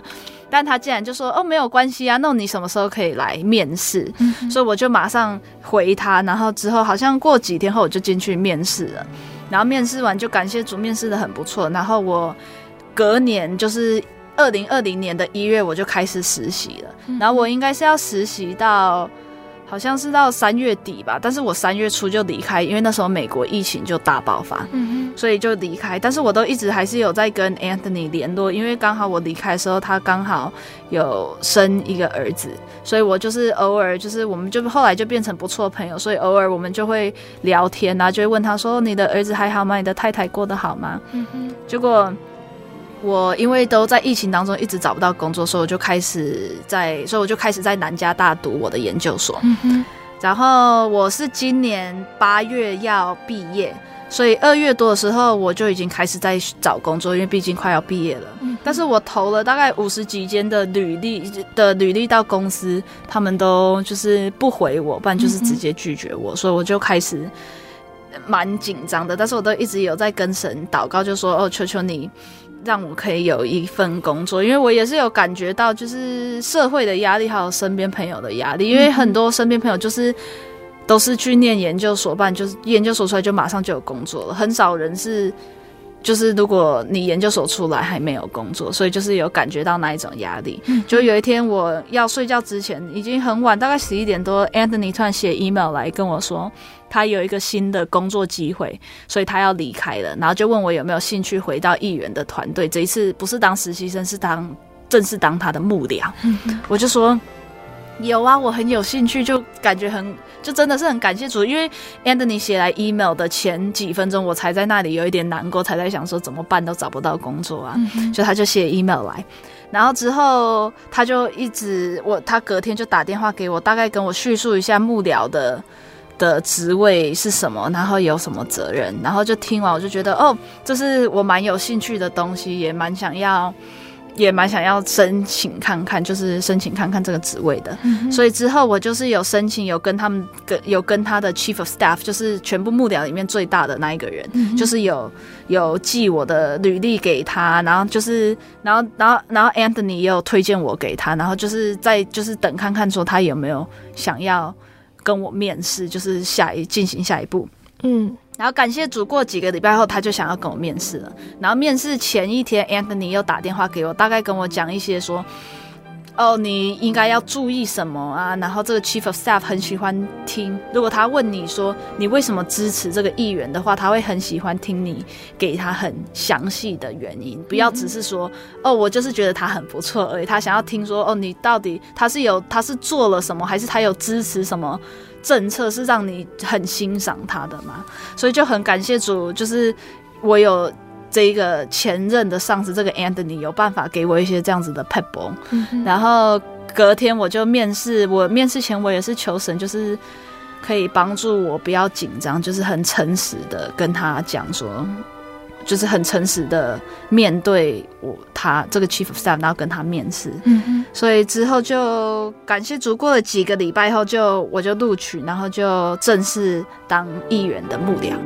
但他竟然就说哦没有关系啊，那你什么时候可以来面试？嗯、所以我就马上回他，然后之后好像过几天后我就进去面试了，然后面试完就感谢主，面试的很不错，然后我隔年就是二零二零年的一月我就开始实习了，嗯、然后我应该是要实习到。好像是到三月底吧，但是我三月初就离开，因为那时候美国疫情就大爆发，嗯、所以就离开。但是我都一直还是有在跟 Anthony 联络，因为刚好我离开的时候，他刚好有生一个儿子，所以我就是偶尔就是我们就后来就变成不错的朋友，所以偶尔我们就会聊天啊，就会问他说：“你的儿子还好吗？你的太太过得好吗？”嗯、结果。我因为都在疫情当中一直找不到工作，所以我就开始在，所以我就开始在南加大读我的研究所。嗯、然后我是今年八月要毕业，所以二月多的时候我就已经开始在找工作，因为毕竟快要毕业了。嗯、但是我投了大概五十几间的履历的履历到公司，他们都就是不回我，不然就是直接拒绝我，嗯、所以我就开始蛮紧张的。但是我都一直有在跟神祷告，就说哦，求求你。让我可以有一份工作，因为我也是有感觉到就是社会的压力还有身边朋友的压力，因为很多身边朋友就是都是去念研究所，不然就是研究所出来就马上就有工作了，很少人是就是如果你研究所出来还没有工作，所以就是有感觉到那一种压力。就有一天我要睡觉之前已经很晚，大概十一点多 Anthony 突然写 email 来跟我说他有一个新的工作机会，所以他要离开了，然后就问我有没有兴趣回到议员的团队，这一次不是当实习生，是当正式当他的幕僚。我就说有啊，我很有兴趣，就感觉很就真的是很感谢主，因为 Anthony 写来 email 的前几分钟我才在那里有一点难过，才在想说怎么办都找不到工作啊，嗯、所以他就写 email 来，然后之后他就一直我他隔天就打电话给我，大概跟我叙述一下幕僚的的职位是什么，然后有什么责任，然后就听完我就觉得哦，这是我蛮有兴趣的东西，也蛮想要也蛮想要申请看看，就是申请看看这个职位的、嗯、所以之后我就是有申请，有跟他们跟有跟他的 Chief of Staff 就是全部幕僚里面最大的那一个人、嗯、就是有有寄我的履历给他，然后就是然后然后然后 Anthony 也有推荐我给他，然后就是在就是等看看说他有没有想要跟我面试，就是下一进行下一步。嗯，然后感谢主，过几个礼拜后他就想要跟我面试了，然后面试前一天 Anthony 又打电话给我，大概跟我讲一些说哦你应该要注意什么啊，然后这个 Chief of Staff 很喜欢听，如果他问你说你为什么支持这个议员的话，他会很喜欢听你给他很详细的原因，不要只是说、嗯、哦我就是觉得他很不错而已，他想要听说哦你到底他是有他是做了什么，还是他有支持什么政策是让你很欣赏他的嘛，所以就很感谢主，就是我有这一个前任的上司这个 Anthony 有办法给我一些这样子的 pep ball、嗯、然后隔天我就面试，我面试前我也是求神就是可以帮助我不要紧张，就是很诚实的跟他讲说，就是很诚实的面对我他这个 Chief of Staff， 然后跟他面试、嗯、所以之后就感谢主，过了几个礼拜后就我就录取，然后就正式当议员的幕僚。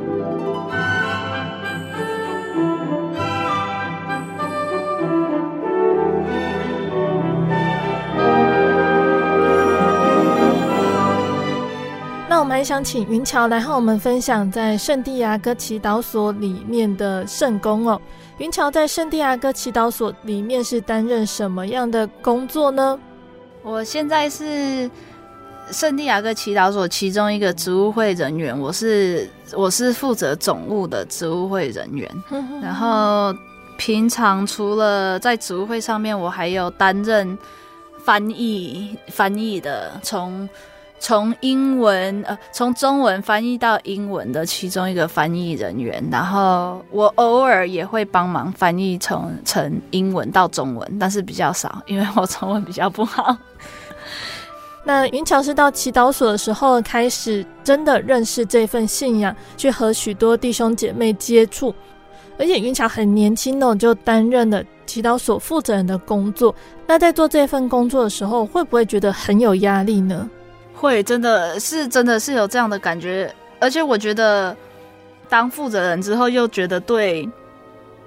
那我们还想请云乔来和我们分享在圣地亚哥祈祷所里面的圣工哦。云乔在圣地亚哥祈祷所里面是担任什么样的工作呢？ 我现在是圣地亚哥祈祷所其中一个职务会人员，我是我是负责总务的职务会人员。然后平常除了在职务会上面，我还有担任翻译翻译的，从从英文呃，从中文翻译到英文的其中一个翻译人员，然后我偶尔也会帮忙翻译成成英文到中文，但是比较少，因为我中文比较不好。 那云乔是到祈祷所的时候开始真的认识这份信仰，去和许多弟兄姐妹接触，而且云乔很年轻哦，就担任了祈祷所负责人的工作。那在做这份工作的时候，会不会觉得很有压力呢？ 会，真的是真的是有这样的感觉，而且我觉得当负责人之后又觉得对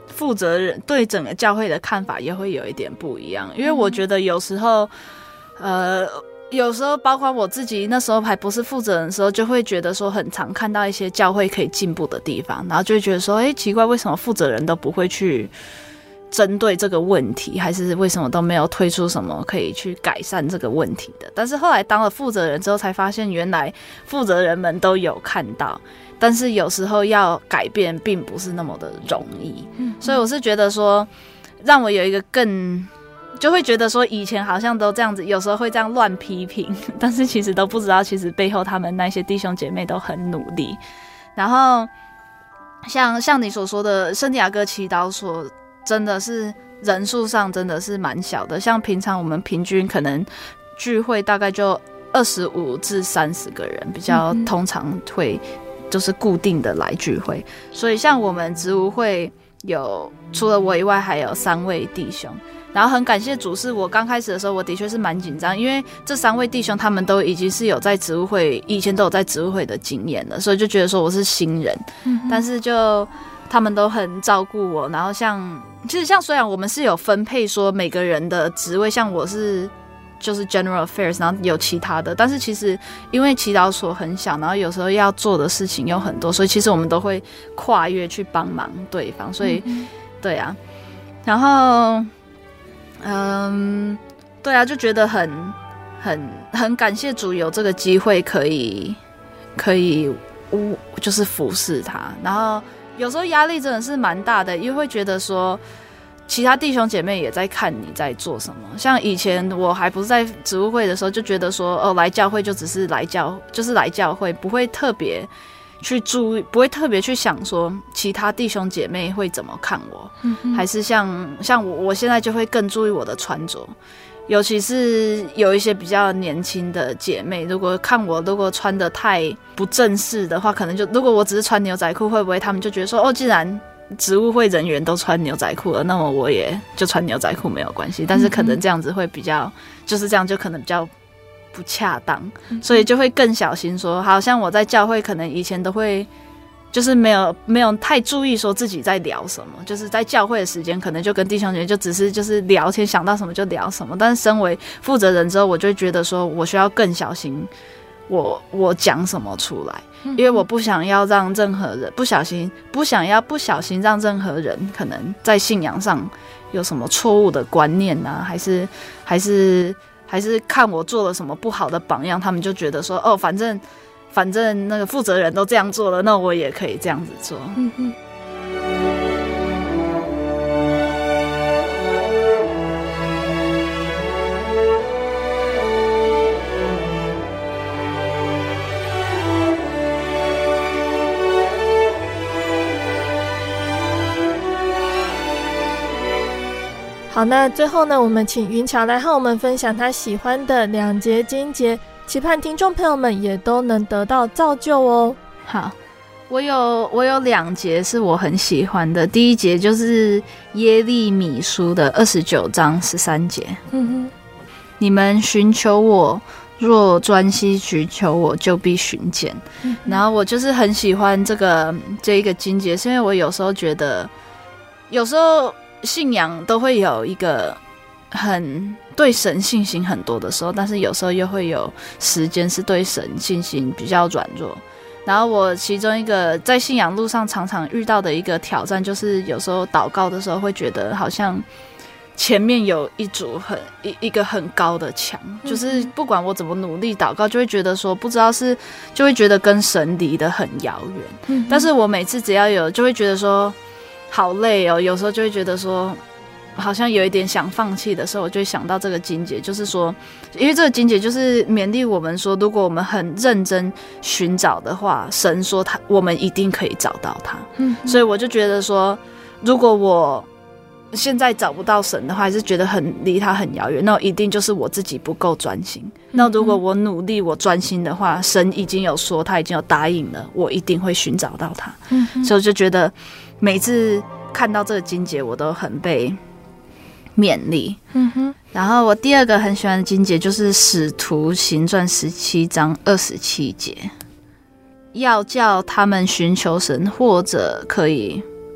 负责人对整个教会的看法也会有一点不一样，因为我觉得有时候，呃。有时候包括我自己那时候还不是负责人的时候，就会觉得说很常看到一些教会可以进步的地方，然后就会觉得说，哎，奇怪，为什么负责人都不会去针对这个问题，还是为什么都没有推出什么可以去改善这个问题的？但是后来当了负责人之后，才发现原来负责人们都有看到，但是有时候要改变并不是那么的容易，嗯、所以我是觉得说，让我有一个更。就会觉得说以前好像都这样子，有时候会这样乱批评，但是其实都不知道，其实背后他们那些弟兄姐妹都很努力。然后像像你所说的圣地亚哥祈祷所，真的是人数上真的是蛮小的，像平常我们平均可能聚会大概就二十五至三十个人，比较通常会就是固定的来聚会。所以像我们植物会有除了我以外还有三位弟兄。然后很感谢主，是我刚开始的时候，我的确是蛮紧张，因为这三位弟兄他们都已经是有在植物会，以前都有在植物会的经验了，所以就觉得说我是新人，嗯、但是就他们都很照顾我。然后像其实像虽然我们是有分配说每个人的职位，像我是就是 General Affairs， 然后有其他的，但是其实因为祈祷所很小，然后有时候要做的事情有很多，所以其实我们都会跨越去帮忙对方，所以、嗯、对啊，然后。嗯，对啊，就觉得很很很感谢主有这个机会可以可以就是服侍他。然后有时候压力真的是蛮大的，因为会觉得说其他弟兄姐妹也在看你在做什么。像以前我还不是在植物会的时候，就觉得说哦，来教会就只是来教，就是来教会，不会特别去注意，不会特别去想说其他弟兄姐妹会怎么看我，嗯、还是像像我我现在就会更注意我的穿着，尤其是有一些比较年轻的姐妹，如果看我如果穿得太不正式的话，可能就如果我只是穿牛仔裤，会不会他们就觉得说哦，既然植物会人员都穿牛仔裤了，那么我也就穿牛仔裤没有关系，但是可能这样子会比较，就是这样就可能比较不恰当，所以就会更小心说，好像我在教会可能以前都会就是没有没有太注意说自己在聊什么，就是在教会的时间可能就跟弟兄姐妹就只是就是聊天，想到什么就聊什么，但是身为负责人之后，我就会觉得说我需要更小心我我讲什么出来，因为我不想要让任何人不小心不想要不小心让任何人可能在信仰上有什么错误的观念啊，还是还是还是看我做了什么不好的榜样，他们就觉得说哦，反正反正那个负责人都这样做了，那我也可以这样子做。嗯嗯。 好，那最后呢，我们请云桥来和我们分享他喜欢的两节经节，期盼听众朋友们也都能得到造就哦。 好，我有我有两节是我很喜欢的，第一节就是耶利米书的二十九章十三节。嗯哼，你们寻求我，若专心寻求我，就必寻见。嗯、然后我就是很喜欢这个这一个经节，是因为我有时候觉得，有时候信仰都会有一个很对神信心很多的时候，但是有时候又会有时间是对神信心比较软弱。然后我其中一个在信仰路上常常遇到的一个挑战，就是有时候祷告的时候会觉得好像前面有一组很 一, 一个很高的墙，就是不管我怎么努力祷告，就会觉得说不知道是就会觉得跟神离得很遥远。但是我每次只要有就会觉得说好累哦，有时候就会觉得说好像有一点想放弃的时候，我就会想到这个经节，就是说因为这个经节就是勉励我们说，如果我们很认真寻找的话，神说他我们一定可以找到他。嗯，所以我就觉得说如果我现在找不到神的话，还是觉得很离他很遥远，那一定就是我自己不够专心。那如果我努力我专心的话，神已经有说他已经有答应了，我一定会寻找到他。嗯，所以我就觉得每次看到这个经节我都很被勉励。嗯哼。然后我第二个很喜欢的经节就是使徒行传十七章二十七节，要叫他们寻求神，或者可以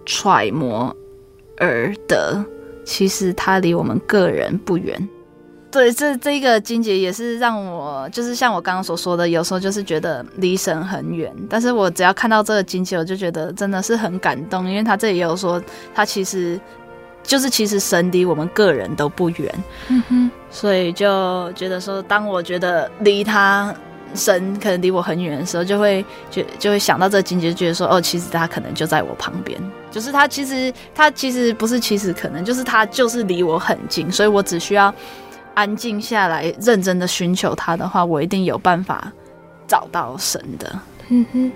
揣摩而得，其实它离我们个人不远。对，这这一个经节也是让我，就是像我刚刚所说的，有时候就是觉得离神很远，但是我只要看到这个经节，我就觉得真的是很感动，因为他这里也有说，他其实就是其实神离我们个人都不远，嗯哼，所以就觉得说，当我觉得离他神可能离我很远的时候，就会就就会想到这个经节，就觉得说，哦，其实他可能就在我旁边，就是他其实他其实不是，其实可能就是他就是离我很近，所以我只需要安静下来，认真的寻求他的话，我一定有办法找到神的。嗯哼。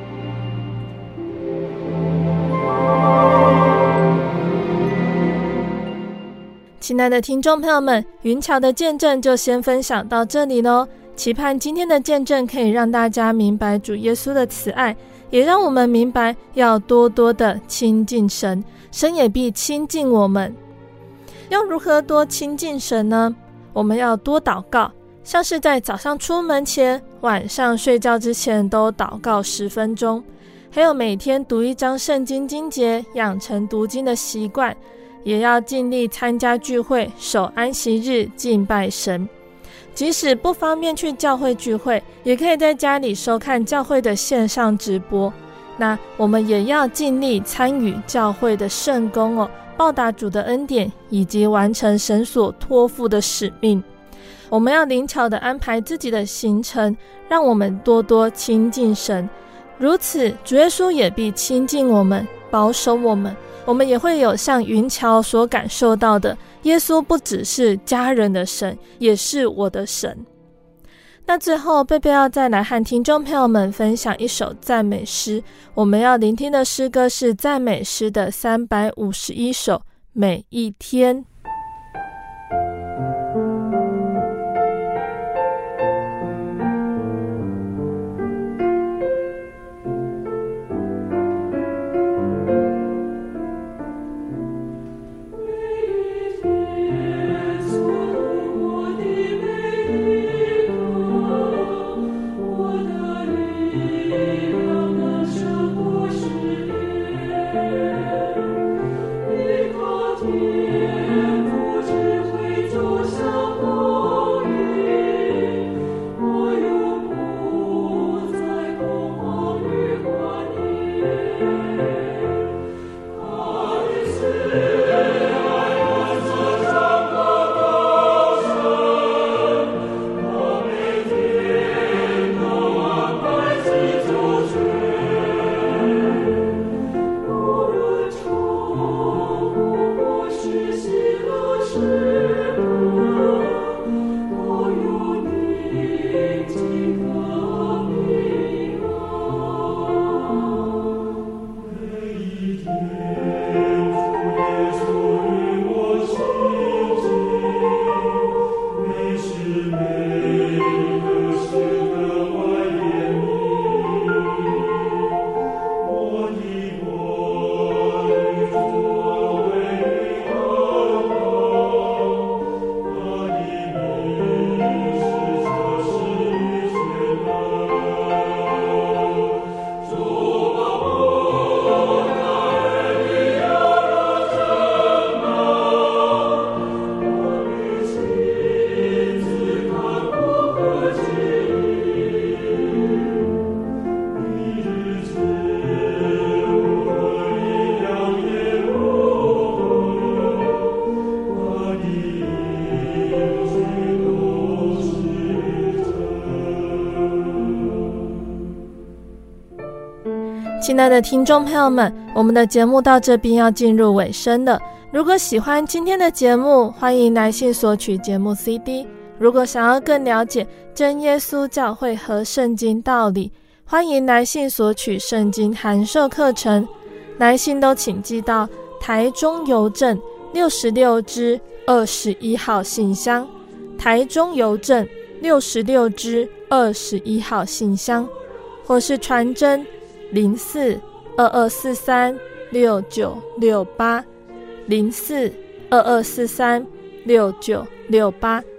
亲爱的听众朋友们，云桥的见证就先分享到这里咯。期盼今天的见证可以让大家明白主耶稣的慈爱，也让我们明白要多多的亲近神，神也必亲近我们。要如何多亲近神呢？我们要多祷告，像是在早上出门前、晚上睡觉之前都祷告十分钟，还有每天读一章圣经经节，养成读经的习惯，也要尽力参加聚会，守安息日，敬拜神。即使不方便去教会聚会，也可以在家里收看教会的线上直播。那我们也要尽力参与教会的圣工哦，报答主的恩典，以及完成神所托付的使命。我们要灵巧地安排自己的行程，让我们多多亲近神，如此主耶稣也必亲近我们，保守我们。我们也会有像云桥所感受到的，耶稣不只是家人的神，也是我的神。那最后贝贝要再来和听众朋友们分享一首赞美诗，我们要聆听的诗歌是赞美诗的三百五十一首，每一天。亲爱的听众朋友们，我们的节目到这边要进入尾声了。如果喜欢今天的节目，欢迎来信索取节目 C D。如果想要更了解真耶稣教会和圣经道理，欢迎来信索取圣经函授课程。来信都请寄到台中邮政六十六支二十一号信箱，台中邮政六十六支二十一号信箱，或是传真零四二二四三六九六八零四二二四三六九六八。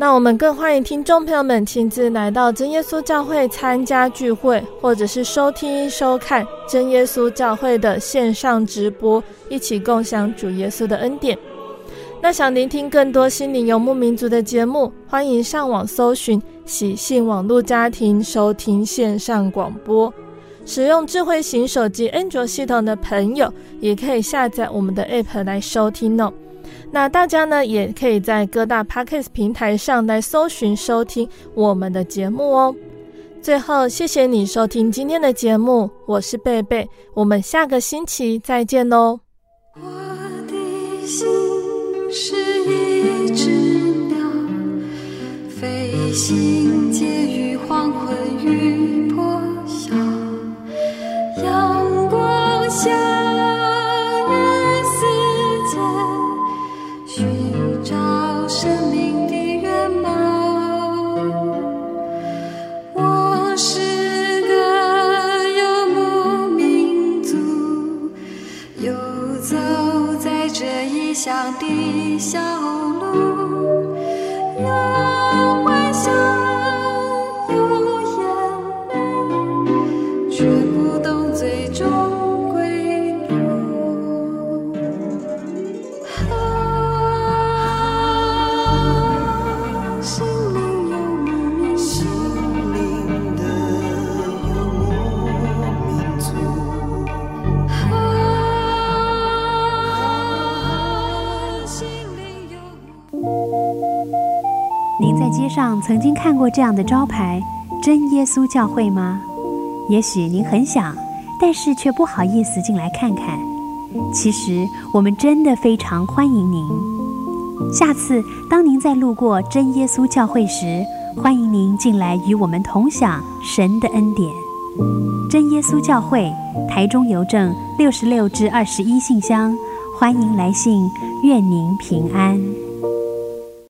那我们更欢迎听众朋友们亲自来到真耶稣教会参加聚会，或者是收听收看真耶稣教会的线上直播，一起共享主耶稣的恩典。那想聆听更多心灵游牧民族的节目，欢迎上网搜寻喜信网络家庭收听线上广播。使用智慧型手机安卓系统的朋友，也可以下载我们的 App 来收听哦。那大家呢，也可以在各大 Podcast 平台上来搜寻收听我们的节目哦。最后，谢谢你收听今天的节目，我是贝贝，我们下个星期再见喽。 我的心是一只鸟，飞行介于黄昏与破晓，阳光下与世界寻找生命的原貌。我是个游牧民族，游走在这异乡的小路，有欢笑，有眼泪，却不懂最终归路。啊，心灵游牧民族，心灵的游牧民族。啊，心灵游牧。 您在街上曾经看过这样的招牌“真耶稣教会”吗？也许您很想，但是却不好意思进来看看。其实我们真的非常欢迎您。下次当您在路过真耶稣教会时，欢迎您进来与我们同享神的恩典。真耶稣教会，台中邮政六十六至二十一信箱，欢迎来信，愿您平安。